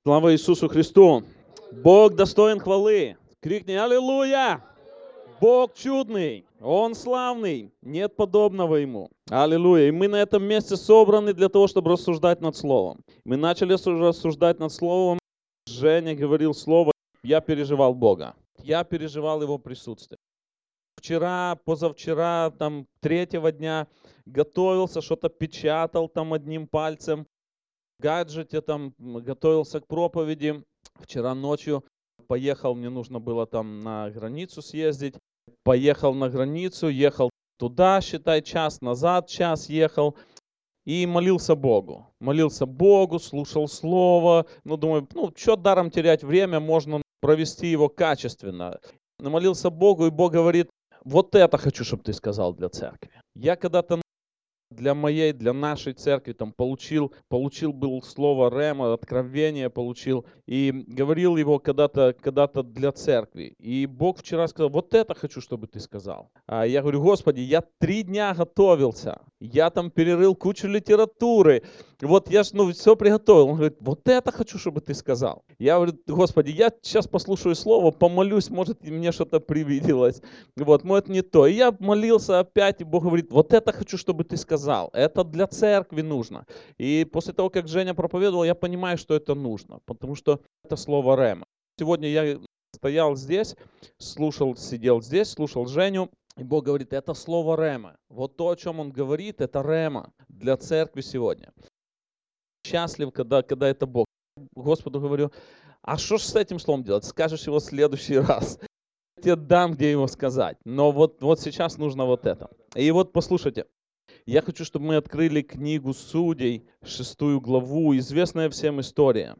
Слава Иисусу Христу! Бог достоин хвалы. Крикни «Аллилуйя!» Бог чудный, Он славный, нет подобного Ему. Аллилуйя. И мы на этом месте собраны для того, чтобы рассуждать над Словом. Мы начали рассуждать над Словом. Женя говорил Слово. Я переживал Бога. Я переживал Его присутствие. Вчера, позавчера, третьего дня готовился, что-то печатал одним пальцем. В гаджете готовился к проповеди. Вчера ночью поехал, мне нужно было на границу съездить. Поехал на границу, ехал туда, считай, час назад, час ехал. И молился Богу. Молился Богу, слушал Слово. Думаю, что даром терять время, можно провести его качественно. Молился Богу, и Бог говорит, вот это хочу, чтобы ты сказал для церкви. Я когда-то для нашей церкви получил был слово рема, откровение получил, и говорил его когда-то для церкви. И Бог вчера сказал, вот это хочу, чтобы ты сказал. А я говорю, Господи, я 3 дня готовился, я перерыл кучу литературы, вот я все приготовил. Он говорит, вот это хочу, чтобы ты сказал. Я говорю, Господи, я сейчас послушаю слово, помолюсь, может, мне что-то привиделось. Может, не то. И я молился опять, и Бог говорит, вот это хочу, чтобы ты сказал. Это для церкви нужно. И после того, как Женя проповедовал, я понимаю, что это нужно, потому что это слово рема. Сегодня я стоял здесь, сидел здесь, слушал Женю, и Бог говорит, это слово рема. Вот то, о чем Он говорит, это рема для церкви сегодня. Счастлив, когда это Бог. Господу говорю, а что ж с этим словом делать? Скажешь его в следующий раз. Я тебе дам, где его сказать. Но вот сейчас нужно вот это. И вот послушайте. Я хочу, чтобы мы открыли книгу Судей, 6 главу, известная всем история.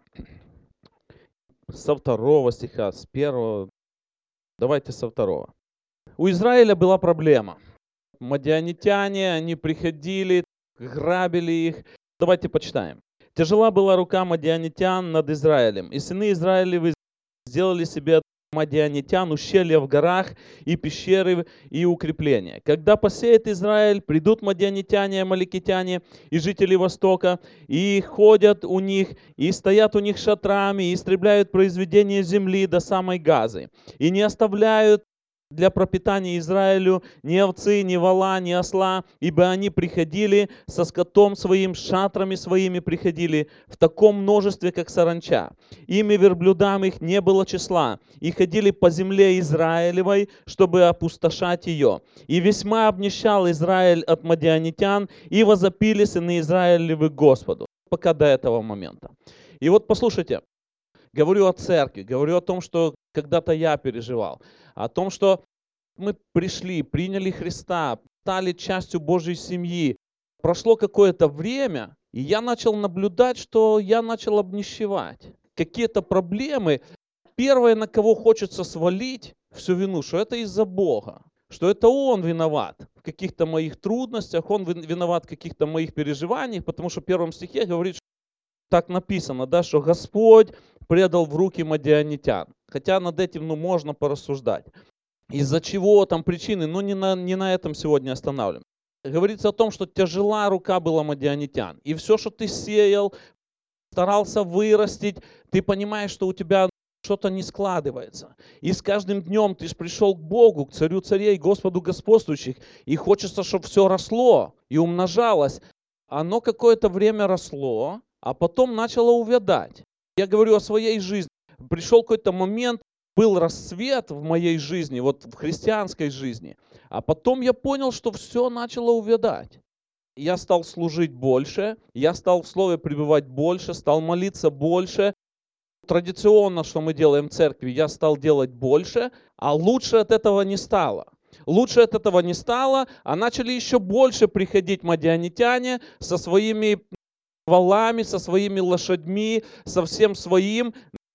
Со 2 стиха, с 1. Давайте со 2. У Израиля была проблема. Мадианитяне, они приходили, грабили их. Давайте почитаем. Тяжела была рука мадианитян над Израилем, и сыны Израилевы сделали себе от мадианитян ущелья в горах, и пещеры, и укрепления. Когда посеет Израиль, придут мадианитяне, амаликитяне и жители Востока, и ходят у них, и стоят у них шатрами, и истребляют произведения земли до самой Газы, и не оставляют для пропитания Израилю ни овцы, ни вола, ни осла, ибо они приходили со скотом своим, с шатрами своими приходили в таком множестве, как саранча. Ими верблюдам их не было числа, и ходили по земле Израилевой, чтобы опустошать ее. И весьма обнищал Израиль от мадианитян, и возопили сыны Израилевы к Господу. Пока до этого момента. И вот послушайте, говорю о церкви, говорю о том, что когда-то я переживал, о том, что мы пришли, приняли Христа, стали частью Божьей семьи. Прошло какое-то время, и я начал наблюдать, что я начал обнищевать. Какие-то проблемы. Первое, на кого хочется свалить всю вину, что это из-за Бога. Что это Он виноват в каких-то моих трудностях, Он виноват в каких-то моих переживаниях, потому что в 1 стихе говорит, что так написано, да, что Господь предал в руки мадианитян. Хотя над этим можно порассуждать. Из-за чего причины, но не на этом сегодня останавливаем. Говорится о том, что тяжела рука была мадианитян. И все, что ты сеял, старался вырастить, ты понимаешь, что у тебя что-то не складывается. И с каждым днем ты пришел к Богу, к Царю царей, Господу господствующих, и хочется, чтобы все росло и умножалось. Оно какое-то время росло, а потом начало увядать. Я говорю о своей жизни. Пришел какой-то момент, был расцвет в моей жизни, вот в христианской жизни, а потом я понял, что все начало увядать. Я стал служить больше, я стал в Слове пребывать больше, стал молиться больше. Традиционно, что мы делаем в церкви, я стал делать больше, а лучше от этого не стало. Лучше от этого не стало, а начали еще больше приходить мадианитяне со своими волами, со своими лошадьми, со всем своим.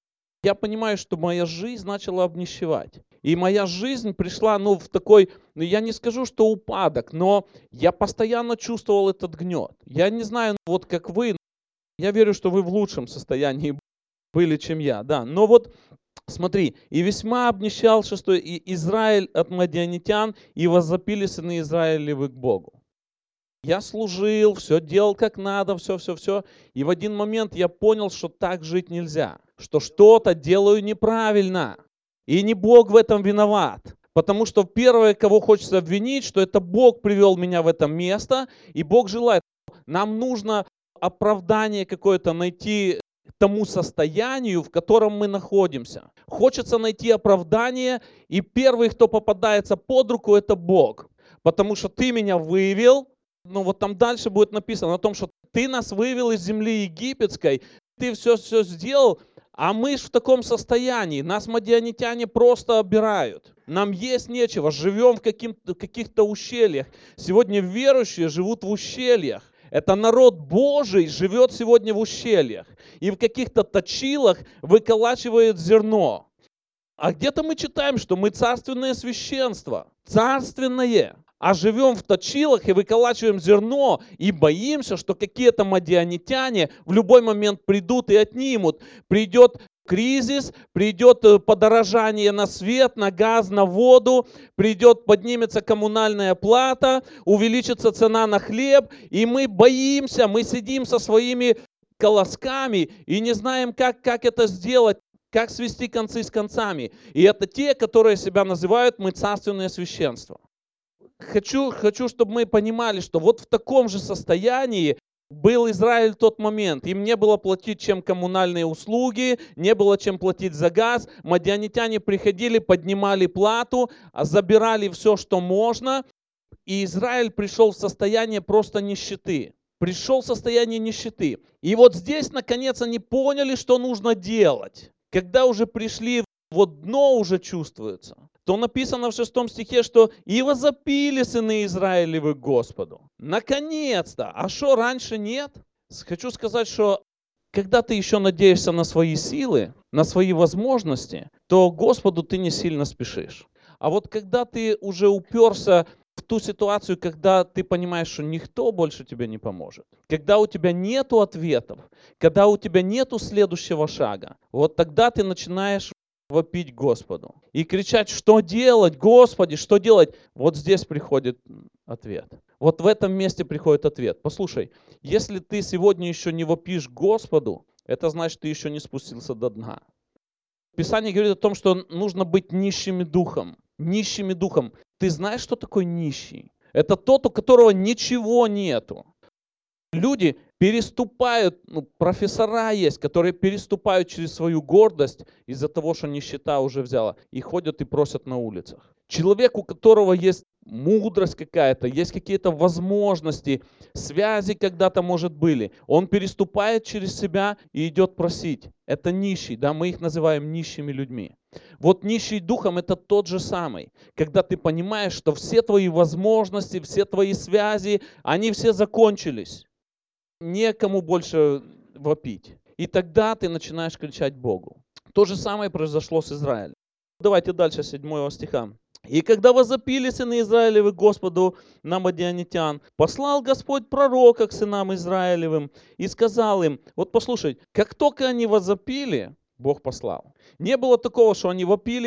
Я понимаю, что моя жизнь начала обнищевать. И моя жизнь пришла, в такой, я не скажу, что упадок, но я постоянно чувствовал этот гнет. Я не знаю, вот как вы, я верю, что вы в лучшем состоянии были, чем я, да. Но вот смотри, и весьма обнищал 6 и Израиль от мадианитян, и возопили сыны Израилевы к Богу. Я служил, все делал как надо, все. И в один момент я понял, что так жить нельзя, что что-то делаю неправильно. И не Бог в этом виноват. Потому что первое, кого хочется обвинить, что это Бог привел меня в это место, и Бог желает. Нам нужно оправдание какое-то найти тому состоянию, в котором мы находимся. Хочется найти оправдание, и первый, кто попадается под руку, это Бог. Потому что ты меня вывел, ну вот там дальше будет написано о том, что ты нас вывел из земли египетской, ты все сделал, а мы ж в таком состоянии, нас мадианитяне просто обирают. Нам есть нечего, живем в каких-то ущельях. Сегодня верующие живут в ущельях. Это народ Божий живет сегодня в ущельях. И в каких-то точилах выколачивает зерно. А где-то мы читаем, что мы царственное священство. Царственное. А живем в точилах и выколачиваем зерно, и боимся, что какие-то мадианитяне в любой момент придут и отнимут. Придет кризис, придет подорожание на свет, на газ, на воду, поднимется коммунальная плата, увеличится цена на хлеб, и мы боимся, мы сидим со своими колосками и не знаем, как это сделать, как свести концы с концами. И это те, которые себя называют «мы царственное священство». Хочу, чтобы мы понимали, что вот в таком же состоянии был Израиль в тот момент. Им не было платить чем коммунальные услуги, не было чем платить за газ. Мадианитяне приходили, поднимали плату, забирали все, что можно. И Израиль пришел в состояние просто нищеты. Пришел в состояние нищеты. И вот здесь, наконец, они поняли, что нужно делать. Когда уже пришли, вот дно уже чувствуется, то написано в 6 стихе, что «И возопили сыны Израилевы к Господу». Наконец-то! А что, раньше нет? Хочу сказать, что когда ты еще надеешься на свои силы, на свои возможности, то Господу ты не сильно спешишь. А вот когда ты уже уперся в ту ситуацию, когда ты понимаешь, что никто больше тебе не поможет, когда у тебя нету ответов, когда у тебя нету следующего шага, вот тогда ты начинаешь вопить Господу и кричать, что делать, Господи, что делать? Вот здесь приходит ответ. Вот в этом месте приходит ответ. Послушай, если ты сегодня еще не вопишь Господу, это значит, ты еще не спустился до дна. Писание говорит о том, что нужно быть нищими духом. Нищими духом. Ты знаешь, что такое нищий? Это тот, у которого ничего нету. Люди переступают, профессора есть, которые переступают через свою гордость из-за того, что нищета уже взяла, и ходят и просят на улицах. Человек, у которого есть мудрость какая-то, есть какие-то возможности, связи когда-то, может, были, он переступает через себя и идет просить. Это нищий, да, мы их называем нищими людьми. Вот нищий духом это тот же самый, когда ты понимаешь, что все твои возможности, все твои связи, они все закончились. Некому больше вопить. И тогда ты начинаешь кричать Богу. То же самое произошло с Израилем. Давайте дальше, 7 стиха. «И когда возопили сыны Израилевы Господу на мадианитян, послал Господь пророка к сынам Израилевым и сказал им», вот послушай, как только они возопили, Бог послал. Не было такого, что они вопили,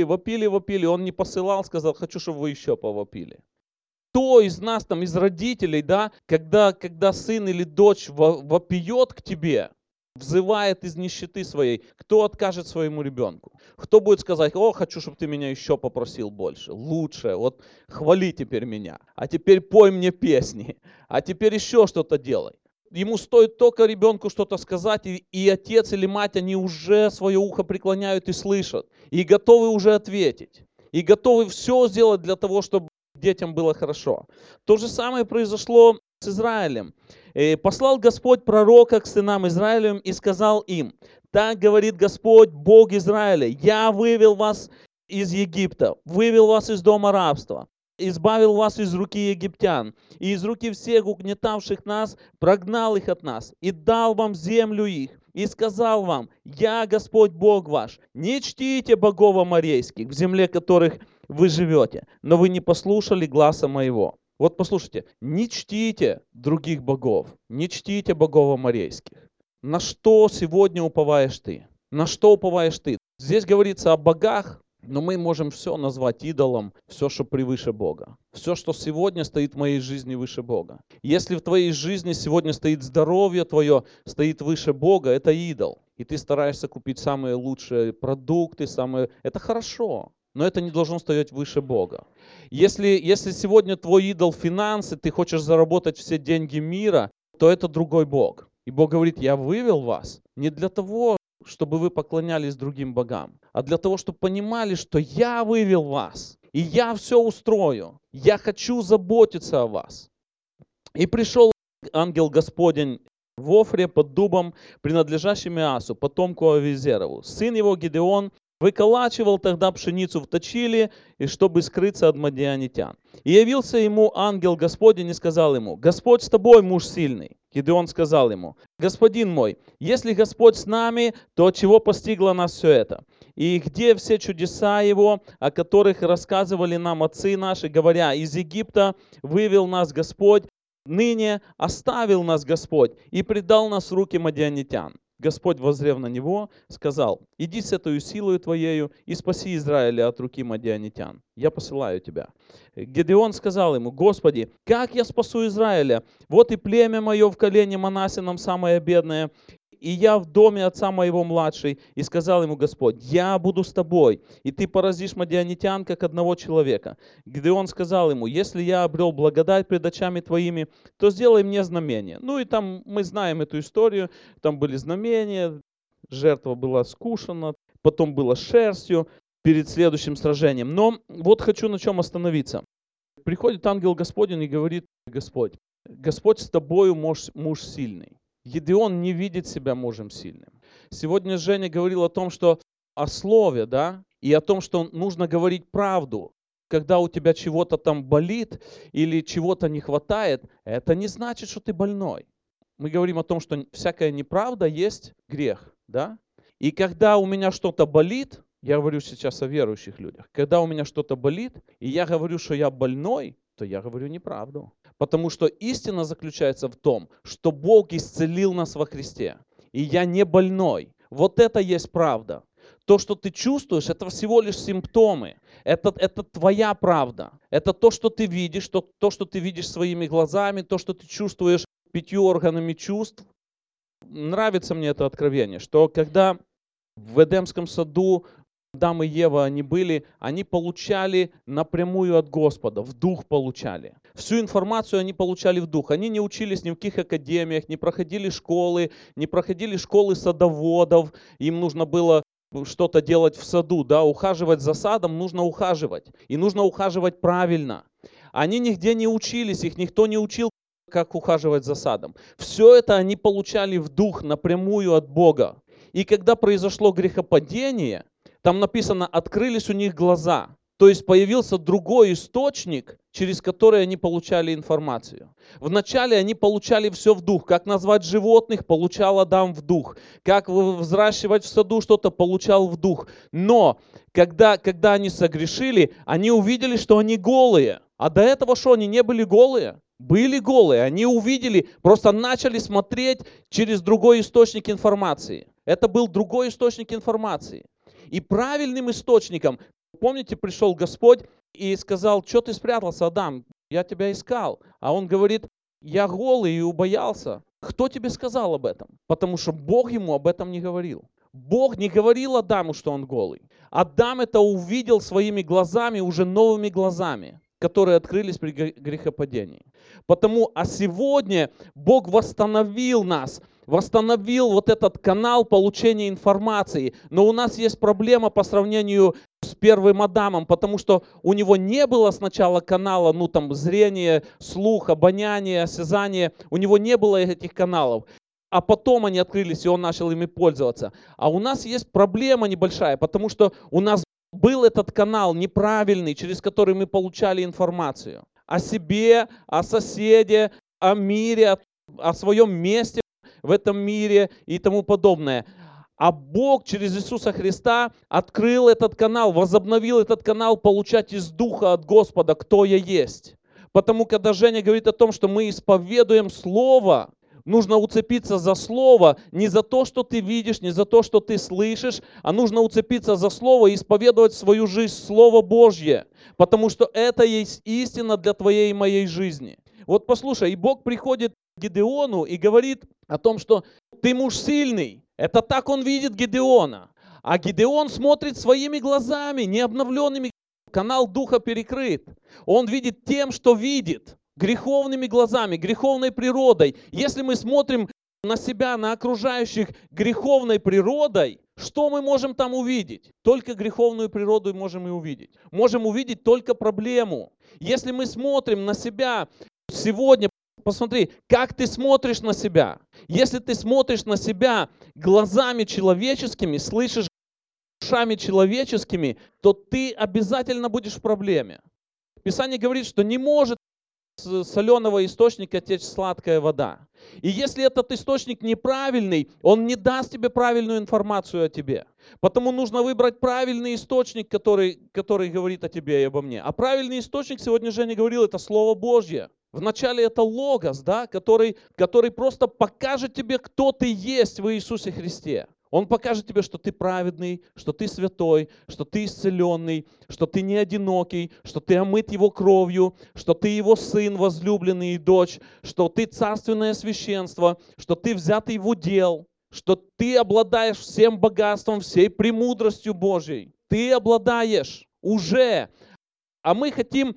Он не посылал, сказал, хочу, чтобы вы еще повопили. Кто из нас, там, из родителей, да, когда сын или дочь вопиет к тебе, взывает из нищеты своей, кто откажет своему ребенку? Кто будет сказать, хочу, чтобы ты меня еще попросил больше, лучше, вот хвали теперь меня, а теперь пой мне песни, а теперь еще что-то делай. Ему стоит только ребенку что-то сказать, и отец или мать, они уже свое ухо преклоняют и слышат, и готовы уже ответить, и готовы все сделать для того, чтобы детям было хорошо. То же самое произошло с Израилем. Послал Господь пророка к сынам Израилевым и сказал им, так говорит Господь, Бог Израиля, я вывел вас из Египта, вывел вас из дома рабства, избавил вас из руки египтян и из руки всех угнетавших нас, прогнал их от нас и дал вам землю их. И сказал вам, я Господь Бог ваш, не чтите богов аморейских, в земле которых вы живете, но вы не послушали гласа моего. Вот послушайте, не чтите других богов, не чтите богов аморейских. На что сегодня уповаешь ты? На что уповаешь ты? Здесь говорится о богах, Но мы можем все назвать идолом, все, что превыше Бога. Все, что сегодня стоит в моей жизни выше Бога. Если в твоей жизни сегодня стоит здоровье твое, стоит выше Бога, это идол. И ты стараешься купить самые лучшие продукты, это хорошо, но это не должно стоять выше Бога. Если сегодня твой идол финансы, ты хочешь заработать все деньги мира, то это другой Бог. И Бог говорит, я вывел вас не для того, чтобы вы поклонялись другим богам, а для того, чтобы понимали, что я вывел вас, и я все устрою. Я хочу заботиться о вас. И пришел ангел Господень в Офре под дубом, принадлежащим Иасу, потомку Авизерову. Сын его Гидеон выколачивал тогда пшеницу в точиле, и чтобы скрыться от мадианитян. И явился ему ангел Господень и сказал ему, Господь с тобой, муж сильный. Гидеон сказал ему, Господин мой, если Господь с нами, то от чего постигло нас все это? И где все чудеса Его, о которых рассказывали нам отцы наши, говоря, из Египта вывел нас Господь, ныне оставил нас Господь и предал нас в руки мадианитян. Господь, воззрев на него, сказал, иди с этой силою твоею и спаси Израиля от руки мадианитян. Я посылаю тебя. Гидеон сказал ему, Господи, как я спасу Израиля? Вот и племя мое в колене Манасином самое бедное, и я в доме отца моего младший. И сказал ему Господь, я буду с тобой, и ты поразишь мадианитян, как одного человека. Гидеон сказал ему, если я обрел благодать пред очами твоими, то сделай мне знамение. Ну и там мы знаем эту историю, там были знамения, жертва была скушена, потом было шерстью перед следующим сражением. Но вот хочу на чем остановиться. Приходит ангел Господень и говорит, Господь с тобою муж сильный. Гидеон не видит себя мужем сильным. Сегодня Женя говорил о том, что о слове, да, и о том, что нужно говорить правду. Когда у тебя чего-то там болит или чего-то не хватает, это не значит, что ты больной. Мы говорим о том, что всякая неправда есть грех, да. И когда у меня что-то болит, я говорю сейчас о верующих людях, когда у меня что-то болит, и я говорю, что я больной, то я говорю неправду. Потому что истина заключается в том, что Бог исцелил нас во Христе. И я не больной. Вот это есть правда. То, что ты чувствуешь, это всего лишь симптомы. Это твоя правда. Это то, что ты видишь, то, что ты видишь своими глазами, то, что ты чувствуешь 5 органами чувств. Нравится мне это откровение, что когда в Эдемском саду Адам и Ева они получали напрямую от Господа, в дух получали. Всю информацию они получали в дух. Они не учились ни в каких академиях, не проходили школы садоводов. Им нужно было что-то делать в саду, да, ухаживать за садом нужно ухаживать. И нужно ухаживать правильно. Они нигде не учились, их никто не учил, как ухаживать за садом. Все это они получали в дух напрямую от Бога. И когда произошло грехопадение, там написано, открылись у них глаза. То есть появился другой источник, через который они получали информацию. Вначале они получали все в дух. Как назвать животных, получал Адам в дух. Как взращивать в саду что-то, получал в дух. Но когда они согрешили, они увидели, что они голые. А до этого что, они не были голые? Были голые. Они увидели, просто начали смотреть через другой источник информации. Это был другой источник информации. И правильным источником, помните, пришел Господь и сказал, что ты спрятался, Адам, я тебя искал. А он говорит, я голый и убоялся. Кто тебе сказал об этом? Потому что Бог ему об этом не говорил. Бог не говорил Адаму, что он голый. Адам это увидел своими глазами, уже новыми глазами, которые открылись при грехопадении. А сегодня Бог восстановил нас, восстановил вот этот канал получения информации. Но у нас есть проблема по сравнению с первым Адамом, потому что у него не было сначала канала, зрение, слух, обоняние, осязание. У него не было этих каналов. А потом они открылись, и он начал ими пользоваться. А у нас есть проблема небольшая, потому что у нас был этот канал неправильный, через который мы получали информацию о себе, о соседе, о мире, о своем месте в этом мире и тому подобное. А Бог через Иисуса Христа открыл этот канал, возобновил этот канал получать из Духа от Господа, кто я есть. Потому когда Женя говорит о том, что мы исповедуем Слово, Нужно уцепиться за Слово, не за то, что ты видишь, не за то, что ты слышишь, а нужно уцепиться за Слово и исповедовать в свою жизнь Слово Божье, потому что это есть истина для твоей и моей жизни. Вот послушай, и Бог приходит к Гидеону и говорит о том, что ты муж сильный. Это так он видит Гидеона. А Гидеон смотрит своими глазами, необновленными. Канал Духа перекрыт. Он видит тем, что видит. Греховными глазами, греховной природой. Если мы смотрим на себя, на окружающих греховной природой, что мы можем там увидеть? Только греховную природу можем и увидеть. Можем увидеть только проблему. Если мы смотрим на себя сегодня, посмотри, как ты смотришь на себя. Если ты смотришь на себя глазами человеческими, слышишь ушами человеческими, то ты обязательно будешь в проблеме. Писание говорит, что не может с соленого источника течь сладкая вода. И если этот источник неправильный, он не даст тебе правильную информацию о тебе. Потому нужно выбрать правильный источник, который говорит о тебе и обо мне. А правильный источник, сегодня Женя говорил, это Слово Божье. Вначале это логос, да, который просто покажет тебе, кто ты есть в Иисусе Христе. Он покажет тебе, что ты праведный, что ты святой, что ты исцеленный, что ты не одинокий, что ты омыт Его кровью, что ты Его сын, возлюбленный и дочь, что ты царственное священство, что ты взятый в удел, что ты обладаешь всем богатством, всей премудростью Божьей. Ты обладаешь уже. А мы хотим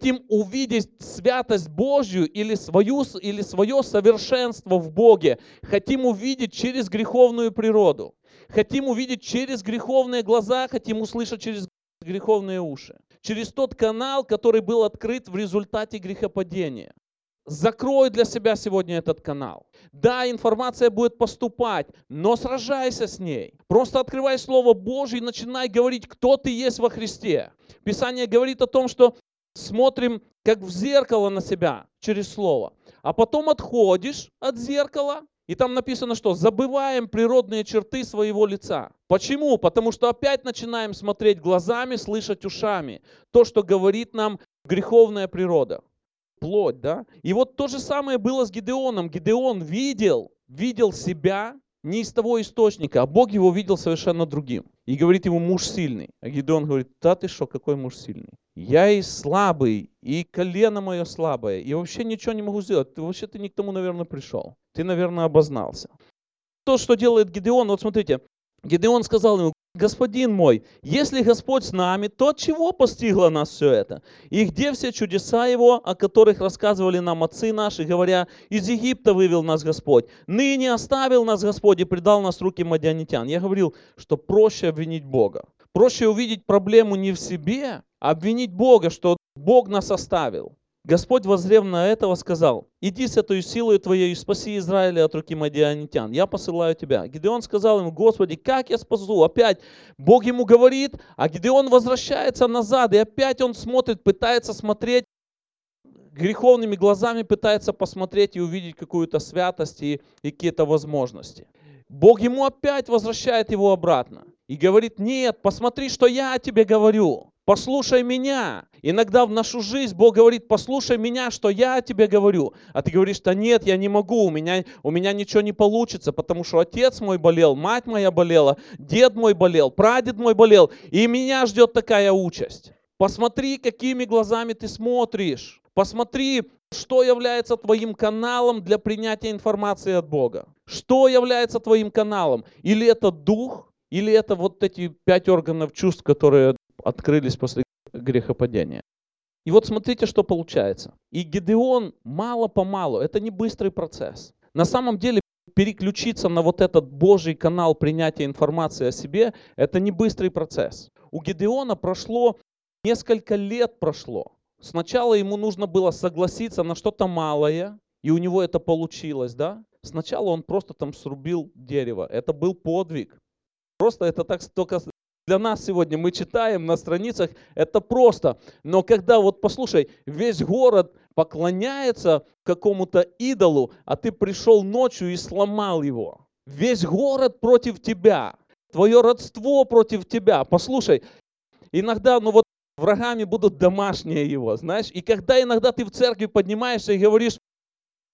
увидеть святость Божью или свое совершенство в Боге. Хотим увидеть через греховную природу. Хотим увидеть через греховные глаза, хотим услышать через греховные уши. Через тот канал, который был открыт в результате грехопадения. Закрой для себя сегодня этот канал. Да, информация будет поступать, но сражайся с ней. Просто открывай Слово Божье и начинай говорить, кто ты есть во Христе. Писание говорит о том, что смотрим как в зеркало на себя через Слово. А потом отходишь от зеркала, и там написано, что забываем природные черты своего лица. Почему? Потому что опять начинаем смотреть глазами, слышать ушами. То, что говорит нам греховная природа. Плоть, да? И вот то же самое было с Гидеоном. Гидеон видел себя не из того источника, а Бог его видел совершенно другим. И говорит ему, муж сильный. А Гидеон говорит, да ты что, какой муж сильный? Я и слабый, и колено мое слабое, и вообще ничего не могу сделать. Ты не к тому, наверное, пришел. Ты, наверное, обознался. То, что делает Гидеон, вот смотрите, Гидеон сказал ему, господин мой, если Господь с нами, то от чего постигло нас все это? И где все чудеса Его, о которых рассказывали нам отцы наши, говоря, из Египта вывел нас Господь, ныне оставил нас Господь и предал нас в руки мадианитян. Я говорил, что проще обвинить Бога. Проще увидеть проблему не в себе, а обвинить Бога, что Бог нас оставил. Господь, воззрев на этого, сказал, иди с этой силой твоей и спаси Израиля от руки мадианитян. Я посылаю тебя. Гидеон сказал ему, Господи, как я спасу? Опять Бог ему говорит, а Гидеон возвращается назад. И опять он смотрит, пытается смотреть греховными глазами, пытается посмотреть и увидеть какую-то святость и какие-то возможности. Бог ему опять возвращает его обратно. И говорит, нет, посмотри, что я тебе говорю. Послушай меня. Иногда в нашу жизнь Бог говорит, послушай меня, что я тебе говорю. А ты говоришь, да нет, я не могу, у меня ничего не получится, потому что отец мой болел, мать моя болела, дед мой болел, прадед мой болел, и меня ждет такая участь. Посмотри, какими глазами ты смотришь. Посмотри, что является твоим каналом для принятия информации от Бога. Что является твоим каналом? Или это дух, или это вот эти 5 органов чувств, которые открылись после грехопадения. И вот смотрите, что получается. И Гидеон мало-помалу, это не быстрый процесс. На самом деле переключиться на вот этот Божий канал принятия информации о себе, это не быстрый процесс. У Гидеона прошло несколько лет прошло. Сначала ему нужно было согласиться на что-то малое, и у него это получилось, да? Сначала он просто там срубил дерево. Это был подвиг. Просто это так только для нас сегодня мы читаем на страницах, это просто. Но когда вот послушай, весь город поклоняется какому-то идолу, а ты пришел ночью и сломал его. Весь город против тебя. Твое родство против тебя. Послушай, иногда, врагами будут домашние его, знаешь. И когда иногда ты в церкви поднимаешься и говоришь,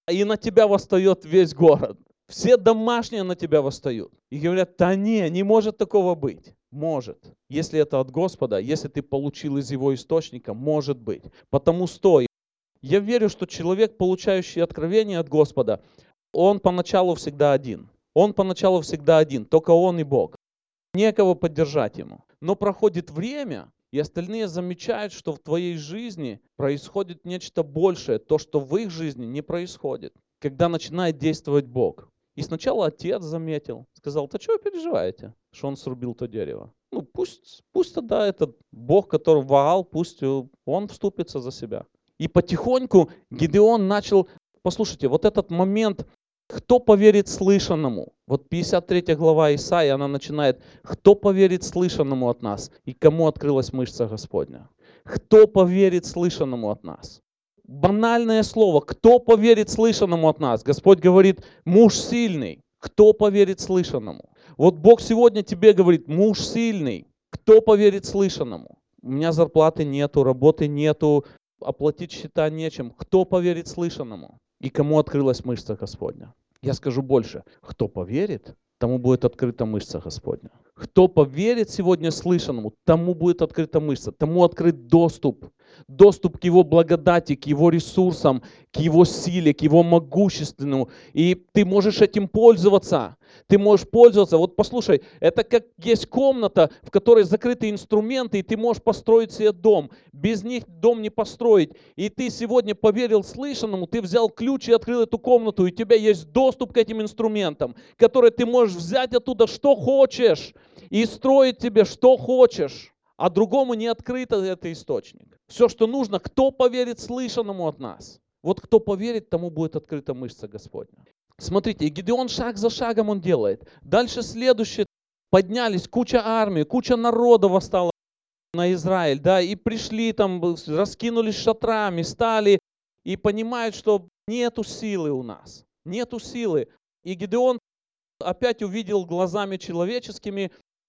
и на тебя восстает весь город. Все домашние на тебя восстают. И говорят, да не может такого быть. Может. Если это от Господа, если ты получил из Его источника, может быть. Потому стой. Я верю, что человек, получающий откровение от Господа, он поначалу всегда один. Он поначалу всегда один, только он и Бог. Некого поддержать ему. Но проходит время, и остальные замечают, что в твоей жизни происходит нечто большее, то, что в их жизни не происходит, когда начинает действовать Бог. И сначала отец заметил, сказал, да что вы переживаете, что он срубил то дерево? Ну пусть тогда этот Бог, который Ваал, пусть он вступится за себя. И потихоньку Гидеон начал, послушайте, вот этот момент, кто поверит слышанному? Вот 53 глава Исаии, она начинает, кто поверит слышанному от нас? И кому открылась мышца Господня? Кто поверит слышанному от нас? Банальное слово, кто поверит слышанному от нас? Господь говорит, муж сильный. Кто поверит слышанному? Вот Бог сегодня тебе говорит, муж сильный. Кто поверит слышанному? У меня зарплаты нету, работы нету, оплатить счета нечем. Кто поверит слышанному? И кому открылась мышца Господня? Я скажу больше. Кто поверит, тому будет открыта мышца Господня. Кто поверит сегодня слышанному, тому будет открыта мышца, тому открыт доступ. Доступ к Его благодати, к Его ресурсам, к Его силе, к Его могущественному. И ты можешь этим пользоваться. Ты можешь пользоваться. Вот послушай, это как есть комната, в которой закрыты инструменты, и ты можешь построить себе дом. Без них дом не построить. И ты сегодня поверил слышанному, ты взял ключ и открыл эту комнату, и у тебя есть доступ к этим инструментам, которые ты можешь взять оттуда что хочешь и строить тебе что хочешь. А другому не открыт этот источник. Все, что нужно, кто поверит слышанному от нас. Вот кто поверит, тому будет открыта мышца Господня. Смотрите, и Гидеон шаг за шагом он делает. Дальше следующее. Поднялись куча армии, куча народа восстала на Израиль, да, и пришли там, раскинулись шатрами, стали и понимают, что нету силы у нас, нету силы. И Гидеон опять увидел глазами человеческими,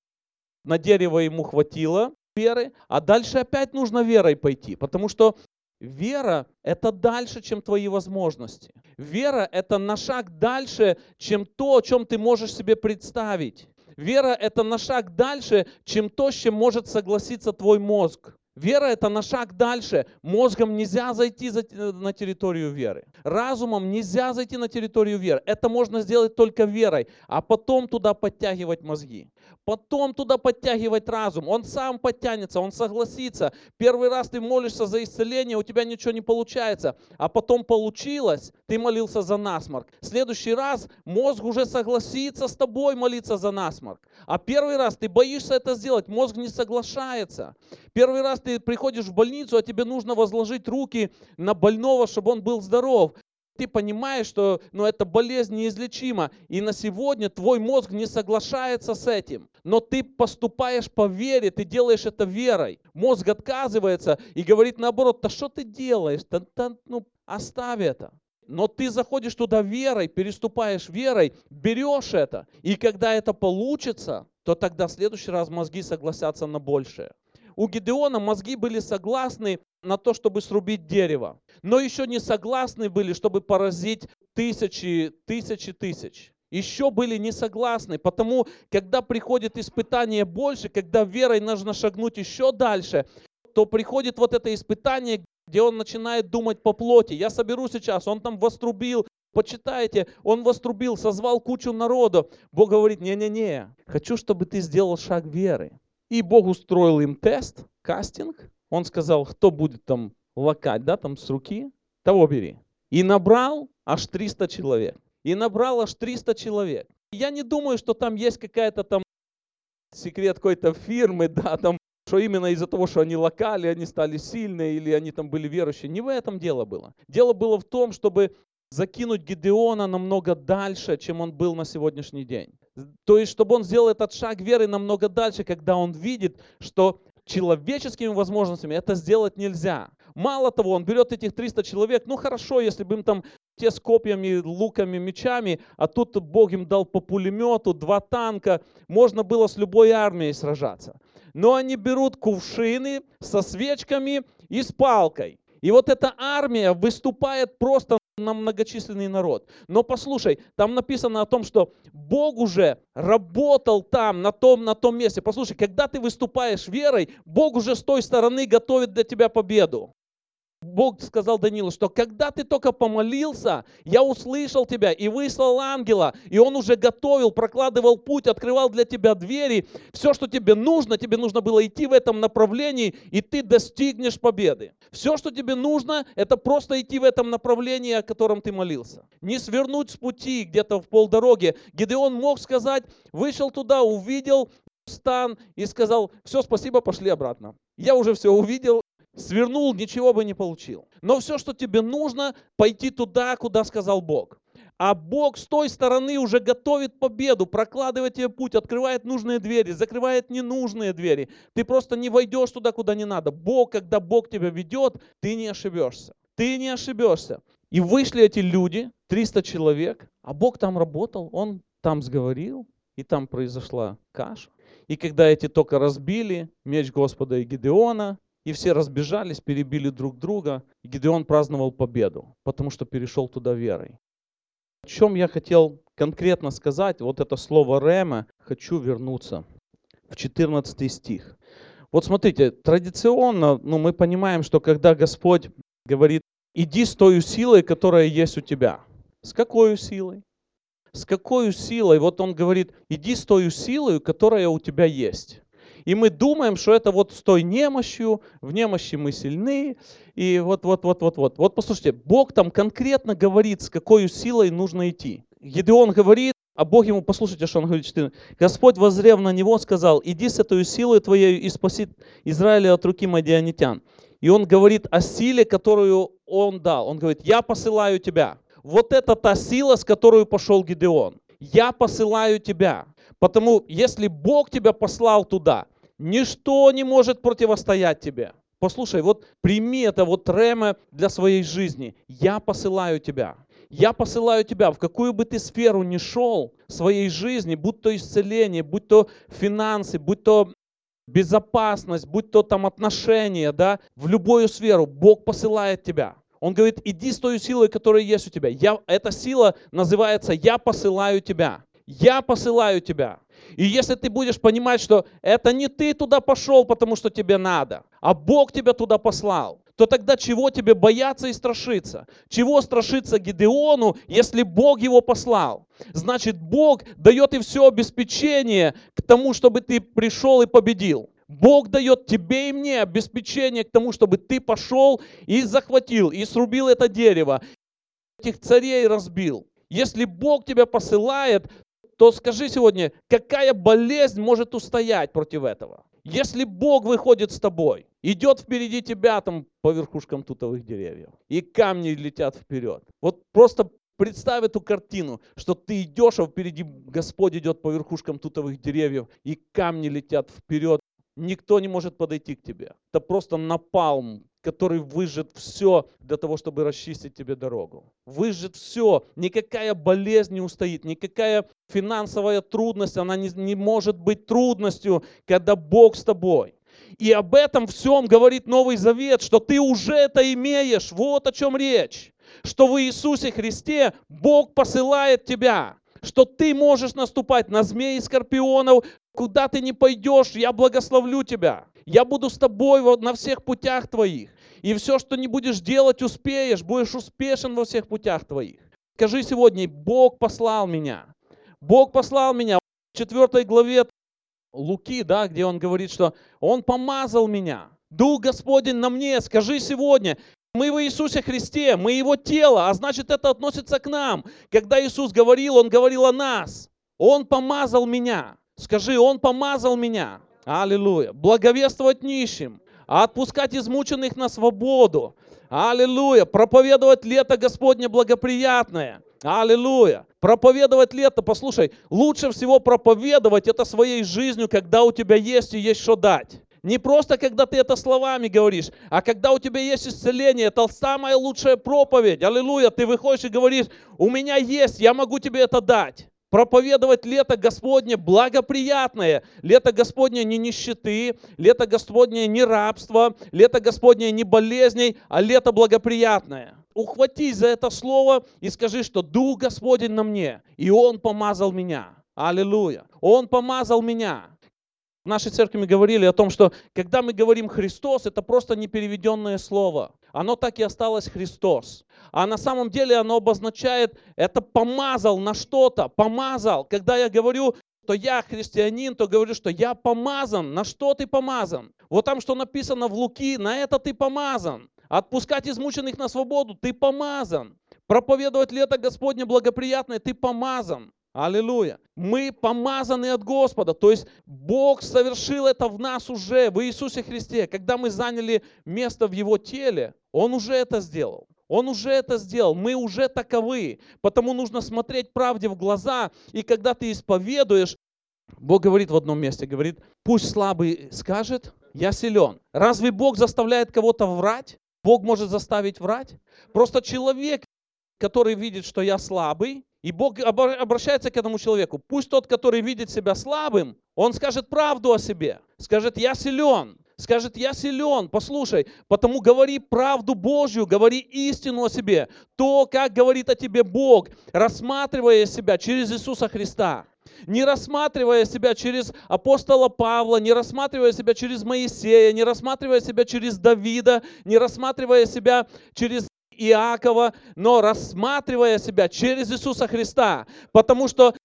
на дерево ему хватило веры, а дальше опять нужно верой пойти, потому что вера – это дальше, чем твои возможности. Вера – это на шаг дальше, чем то, о чем ты можешь себе представить. Вера – это на шаг дальше, чем то, с чем может согласиться твой мозг. Вера – это на шаг дальше. Мозгом нельзя зайти на территорию веры. Разумом нельзя зайти на территорию веры. Это можно сделать только верой, а потом туда подтягивать мозги. Потом туда подтягивать разум. Он сам подтянется, он согласится. Первый раз ты молишься за исцеление, у тебя ничего не получается. А потом получилось, ты молился за насморк. В следующий раз мозг уже согласится с тобой молиться за насморк. А первый раз ты боишься это сделать, мозг не соглашается. Первый раз ты приходишь в больницу, а тебе нужно возложить руки на больного, чтобы он был здоров. Ты понимаешь, что эта болезнь неизлечима, и на сегодня твой мозг не соглашается с этим. Но ты поступаешь по вере, ты делаешь это верой. Мозг отказывается и говорит наоборот, да что ты делаешь, оставь это. Но ты заходишь туда верой, переступаешь верой, берешь это. И когда это получится, то тогда в следующий раз мозги согласятся на большее. У Гидеона мозги были согласны на то, чтобы срубить дерево. Но еще не согласны были, чтобы поразить тысячи. Еще были не согласны. Потому, когда приходит испытание больше, когда верой нужно шагнуть еще дальше, то приходит вот это испытание, где он начинает думать по плоти. Я соберу сейчас, он там вострубил. Почитайте, он вострубил, созвал кучу народу. Бог говорит, не-не-не, хочу, чтобы ты сделал шаг веры. И Бог устроил им тест, кастинг. Он сказал, кто будет там лакать, да, там с руки, того бери. И набрал аж 300 человек. Я не думаю, что там есть какая-то там секрет какой-то фирмы, да, там, что именно из-за того, что они локали, они стали сильные, или они там были верующие. Не в этом дело было. Дело было в том, чтобы закинуть Гидеона намного дальше, чем он был на сегодняшний день. То есть, чтобы он сделал этот шаг веры намного дальше, когда он видит, что человеческими возможностями это сделать нельзя. Мало того, он берет этих 300 человек, хорошо, если бы им там те с копьями, луками, мечами, а тут Бог им дал по пулемету, 2 танка, можно было с любой армией сражаться. Но они берут кувшины со свечками и с палкой. И вот эта армия выступает просто на многочисленный народ. Но послушай, там написано о том, что Бог уже работал там, на том месте. Послушай, когда ты выступаешь верой, Бог уже с той стороны готовит для тебя победу. Бог сказал Даниилу, что когда ты только помолился, я услышал тебя и выслал ангела, и он уже готовил, прокладывал путь, открывал для тебя двери. Все, что тебе нужно было идти в этом направлении, и ты достигнешь победы. Все, что тебе нужно, это просто идти в этом направлении, о котором ты молился. Не свернуть с пути где-то в полдороге. Гидеон мог сказать, вышел туда, увидел стан и сказал, все, спасибо, пошли обратно. Я уже все увидел. Свернул, ничего бы не получил. Но все, что тебе нужно, пойти туда, куда сказал Бог. А Бог с той стороны уже готовит победу, прокладывает тебе путь, открывает нужные двери, закрывает ненужные двери. Ты просто не войдешь туда, куда не надо. Когда Бог тебя ведет, ты не ошибешься. Ты не ошибешься. И вышли эти люди, 300 человек, а Бог там работал, Он там сговорил, и там произошла каша. И когда эти только разбили меч Господа и Гидеона, и все разбежались, перебили друг друга. И Гидеон праздновал победу, потому что перешел туда верой. О чем я хотел конкретно сказать, вот это слово «рема», хочу вернуться в 14 стих. Вот смотрите, традиционно мы понимаем, что когда Господь говорит, иди с той силой, которая есть у тебя. С какой силой? С какой силой? Вот Он говорит, иди с той силой, которая у тебя есть. И мы думаем, что это вот с той немощью, в немощи мы сильны, и вот. Вот послушайте, Бог там конкретно говорит, с какой силой нужно идти. Гидеон говорит, а Бог ему, послушайте, что он говорит, 14. Господь, воззрев на него, сказал, иди с этой силой твоей и спаси Израиля от руки мадианитян. И он говорит о силе, которую он дал. Он говорит, я посылаю тебя. Вот это та сила, с которой пошел Гидеон. Я посылаю тебя. Потому если Бог тебя послал туда, ничто не может противостоять тебе. Послушай, вот прими это вот рема для своей жизни. Я посылаю тебя. Я посылаю тебя, в какую бы ты сферу ни шел своей жизни, будь то исцеление, будь то финансы, будь то безопасность, будь то там отношения, да, в любую сферу Бог посылает тебя. Он говорит, иди с той силой, которая есть у тебя. Эта сила называется «Я посылаю тебя». Я посылаю тебя. И если ты будешь понимать, что это не ты туда пошел, потому что тебе надо, а Бог тебя туда послал, то тогда чего тебе бояться и страшиться? Чего страшиться Гидеону, если Бог его послал? Значит, Бог дает и все обеспечение к тому, чтобы ты пришел и победил. Бог дает тебе и мне обеспечение к тому, чтобы ты пошел и захватил, и срубил это дерево, этих царей разбил. Если Бог тебя посылает, то скажи сегодня, какая болезнь может устоять против этого? Если Бог выходит с тобой, идет впереди тебя там по верхушкам тутовых деревьев, и камни летят вперед. Вот просто представь эту картину, что ты идешь, а впереди Господь идет по верхушкам тутовых деревьев, и камни летят вперед. Никто не может подойти к тебе. Это просто напалм, который выжжет все для того, чтобы расчистить тебе дорогу. Выжжет все. Никакая болезнь не устоит, никакая финансовая трудность, она не может быть трудностью, когда Бог с тобой. И об этом всем говорит Новый Завет, что ты уже это имеешь. Вот о чем речь. Что в Иисусе Христе Бог посылает тебя. Что ты можешь наступать на змей и скорпионов, куда ты не пойдешь, я благословлю тебя. Я буду с тобой на всех путях твоих. И все, что не будешь делать, успеешь, будешь успешен во всех путях твоих. Скажи сегодня, Бог послал меня. Бог послал меня. В 4 главе Луки, да, где он говорит, что Он помазал меня. Дух Господень на мне. Скажи сегодня, мы в Иисусе Христе, мы Его тело, а значит это относится к нам. Когда Иисус говорил, Он говорил о нас. Он помазал меня. Скажи, Он помазал меня. Аллилуйя. Благовествовать нищим, отпускать измученных на свободу. Аллилуйя. Проповедовать лето Господне благоприятное. Аллилуйя. Проповедовать лето. Послушай, лучше всего проповедовать это своей жизнью, когда у тебя есть и есть что дать. Не просто, когда ты это словами говоришь, а когда у тебя есть исцеление, это самая лучшая проповедь. Аллилуйя, ты выходишь и говоришь, у меня есть, я могу тебе это дать. Проповедовать лето Господне благоприятное. Лето Господне не нищеты, лето Господне не рабства, лето Господне не болезней, а лето благоприятное. ухватись за это слово и скажи, что Дух Господень на мне, и Он помазал меня. Аллилуйя. Он помазал меня. В нашей церкви мы говорили о том, что когда мы говорим «Христос», это просто непереведенное слово. Оно так и осталось «Христос». А на самом деле оно обозначает, это помазал на что-то, помазал. Когда я говорю, что я христианин, то говорю, что я помазан. На что ты помазан? Вот там, что написано в Луки, на это ты помазан. Отпускать измученных на свободу, ты помазан. Проповедовать лето Господне благоприятное, ты помазан. Аллилуйя. Мы помазаны от Господа. То есть Бог совершил это в нас уже, в Иисусе Христе. Когда мы заняли место в Его теле, Он уже это сделал. Он уже это сделал. Мы уже таковы. Потому нужно смотреть правде в глаза. И когда ты исповедуешь, Бог говорит в одном месте, говорит, пусть слабый скажет, я силен. Разве Бог заставляет кого-то врать? Бог может заставить врать? Просто человек, который видит, что я слабый, и Бог обращается к этому человеку. Пусть тот, который видит себя слабым, он скажет правду о себе. Скажет, я силен. Скажет, я силен. Послушай, потому говори правду Божью, говори истину о себе. То, как говорит о тебе Бог, рассматривая себя через Иисуса Христа. Не рассматривая себя через апостола Павла, не рассматривая себя через Моисея, не рассматривая себя через Давида, не рассматривая себя через Иакова, но рассматривая себя через Иисуса Христа. Потому что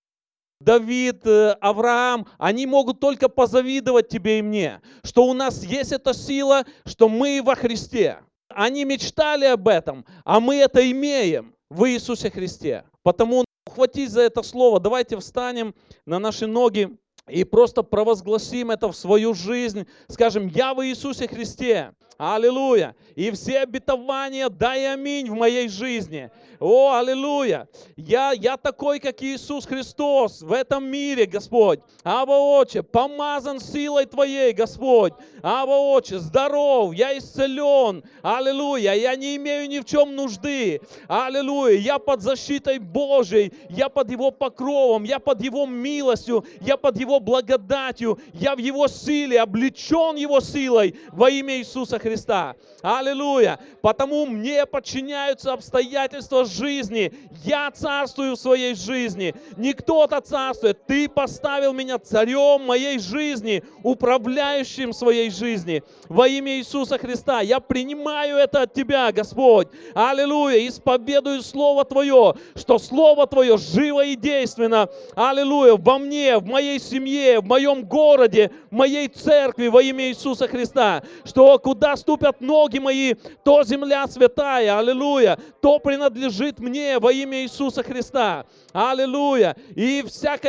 Давид, Авраам, они могут только позавидовать тебе и мне, что у нас есть эта сила, что мы во Христе. Они мечтали об этом, а мы это имеем в Иисусе Христе. Потому ухватись за это слово. Давайте встанем на наши ноги и просто провозгласим это в свою жизнь. Скажем, я в Иисусе Христе. Аллилуйя. И все обетования дай аминь в моей жизни. О, аллилуйя. Я такой, как Иисус Христос в этом мире, Господь. Ава Отче, помазан силой Твоей, Господь. Ава Отче, здоров, я исцелен. Аллилуйя. Я не имею ни в чем нужды. Аллилуйя. Я под защитой Божией. Я под Его покровом. Я под Его милостью. Я под Его благодатью. Я в Его силе, облечен Его силой во имя Иисуса Христа. Аллилуйя. Потому мне подчиняются обстоятельства жизни. Я царствую в своей жизни. Не кто-то царствует. Ты поставил меня царем моей жизни, управляющим своей жизни. Во имя Иисуса Христа. Я принимаю это от Тебя, Господь. Аллилуйя. Исповедую Слово Твое, что Слово Твое живо и действенно. Аллилуйя. Во мне, в моей семье, в моем городе, в моей церкви во имя Иисуса Христа. Что куда ступят ноги мои, то земля святая. Аллилуйя. То принадлежит мне во имя Иисуса Христа. Аллилуйя. И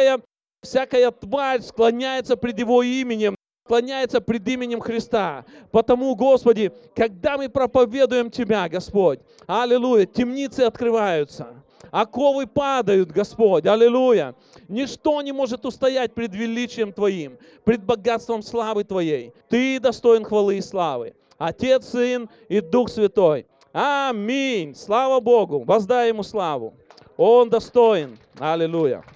всякая тварь склоняется пред Его именем, склоняется пред именем Христа. Потому, Господи, когда мы проповедуем Тебя, Господь, аллилуйя, темницы открываются, оковы падают, Господь, аллилуйя. Ничто не может устоять пред величием Твоим, пред богатством славы Твоей. Ты достоин хвалы и славы. Отец, Сын и Дух Святой. Аминь. Слава Богу. Воздай Ему славу. Он достоин. Аллилуйя.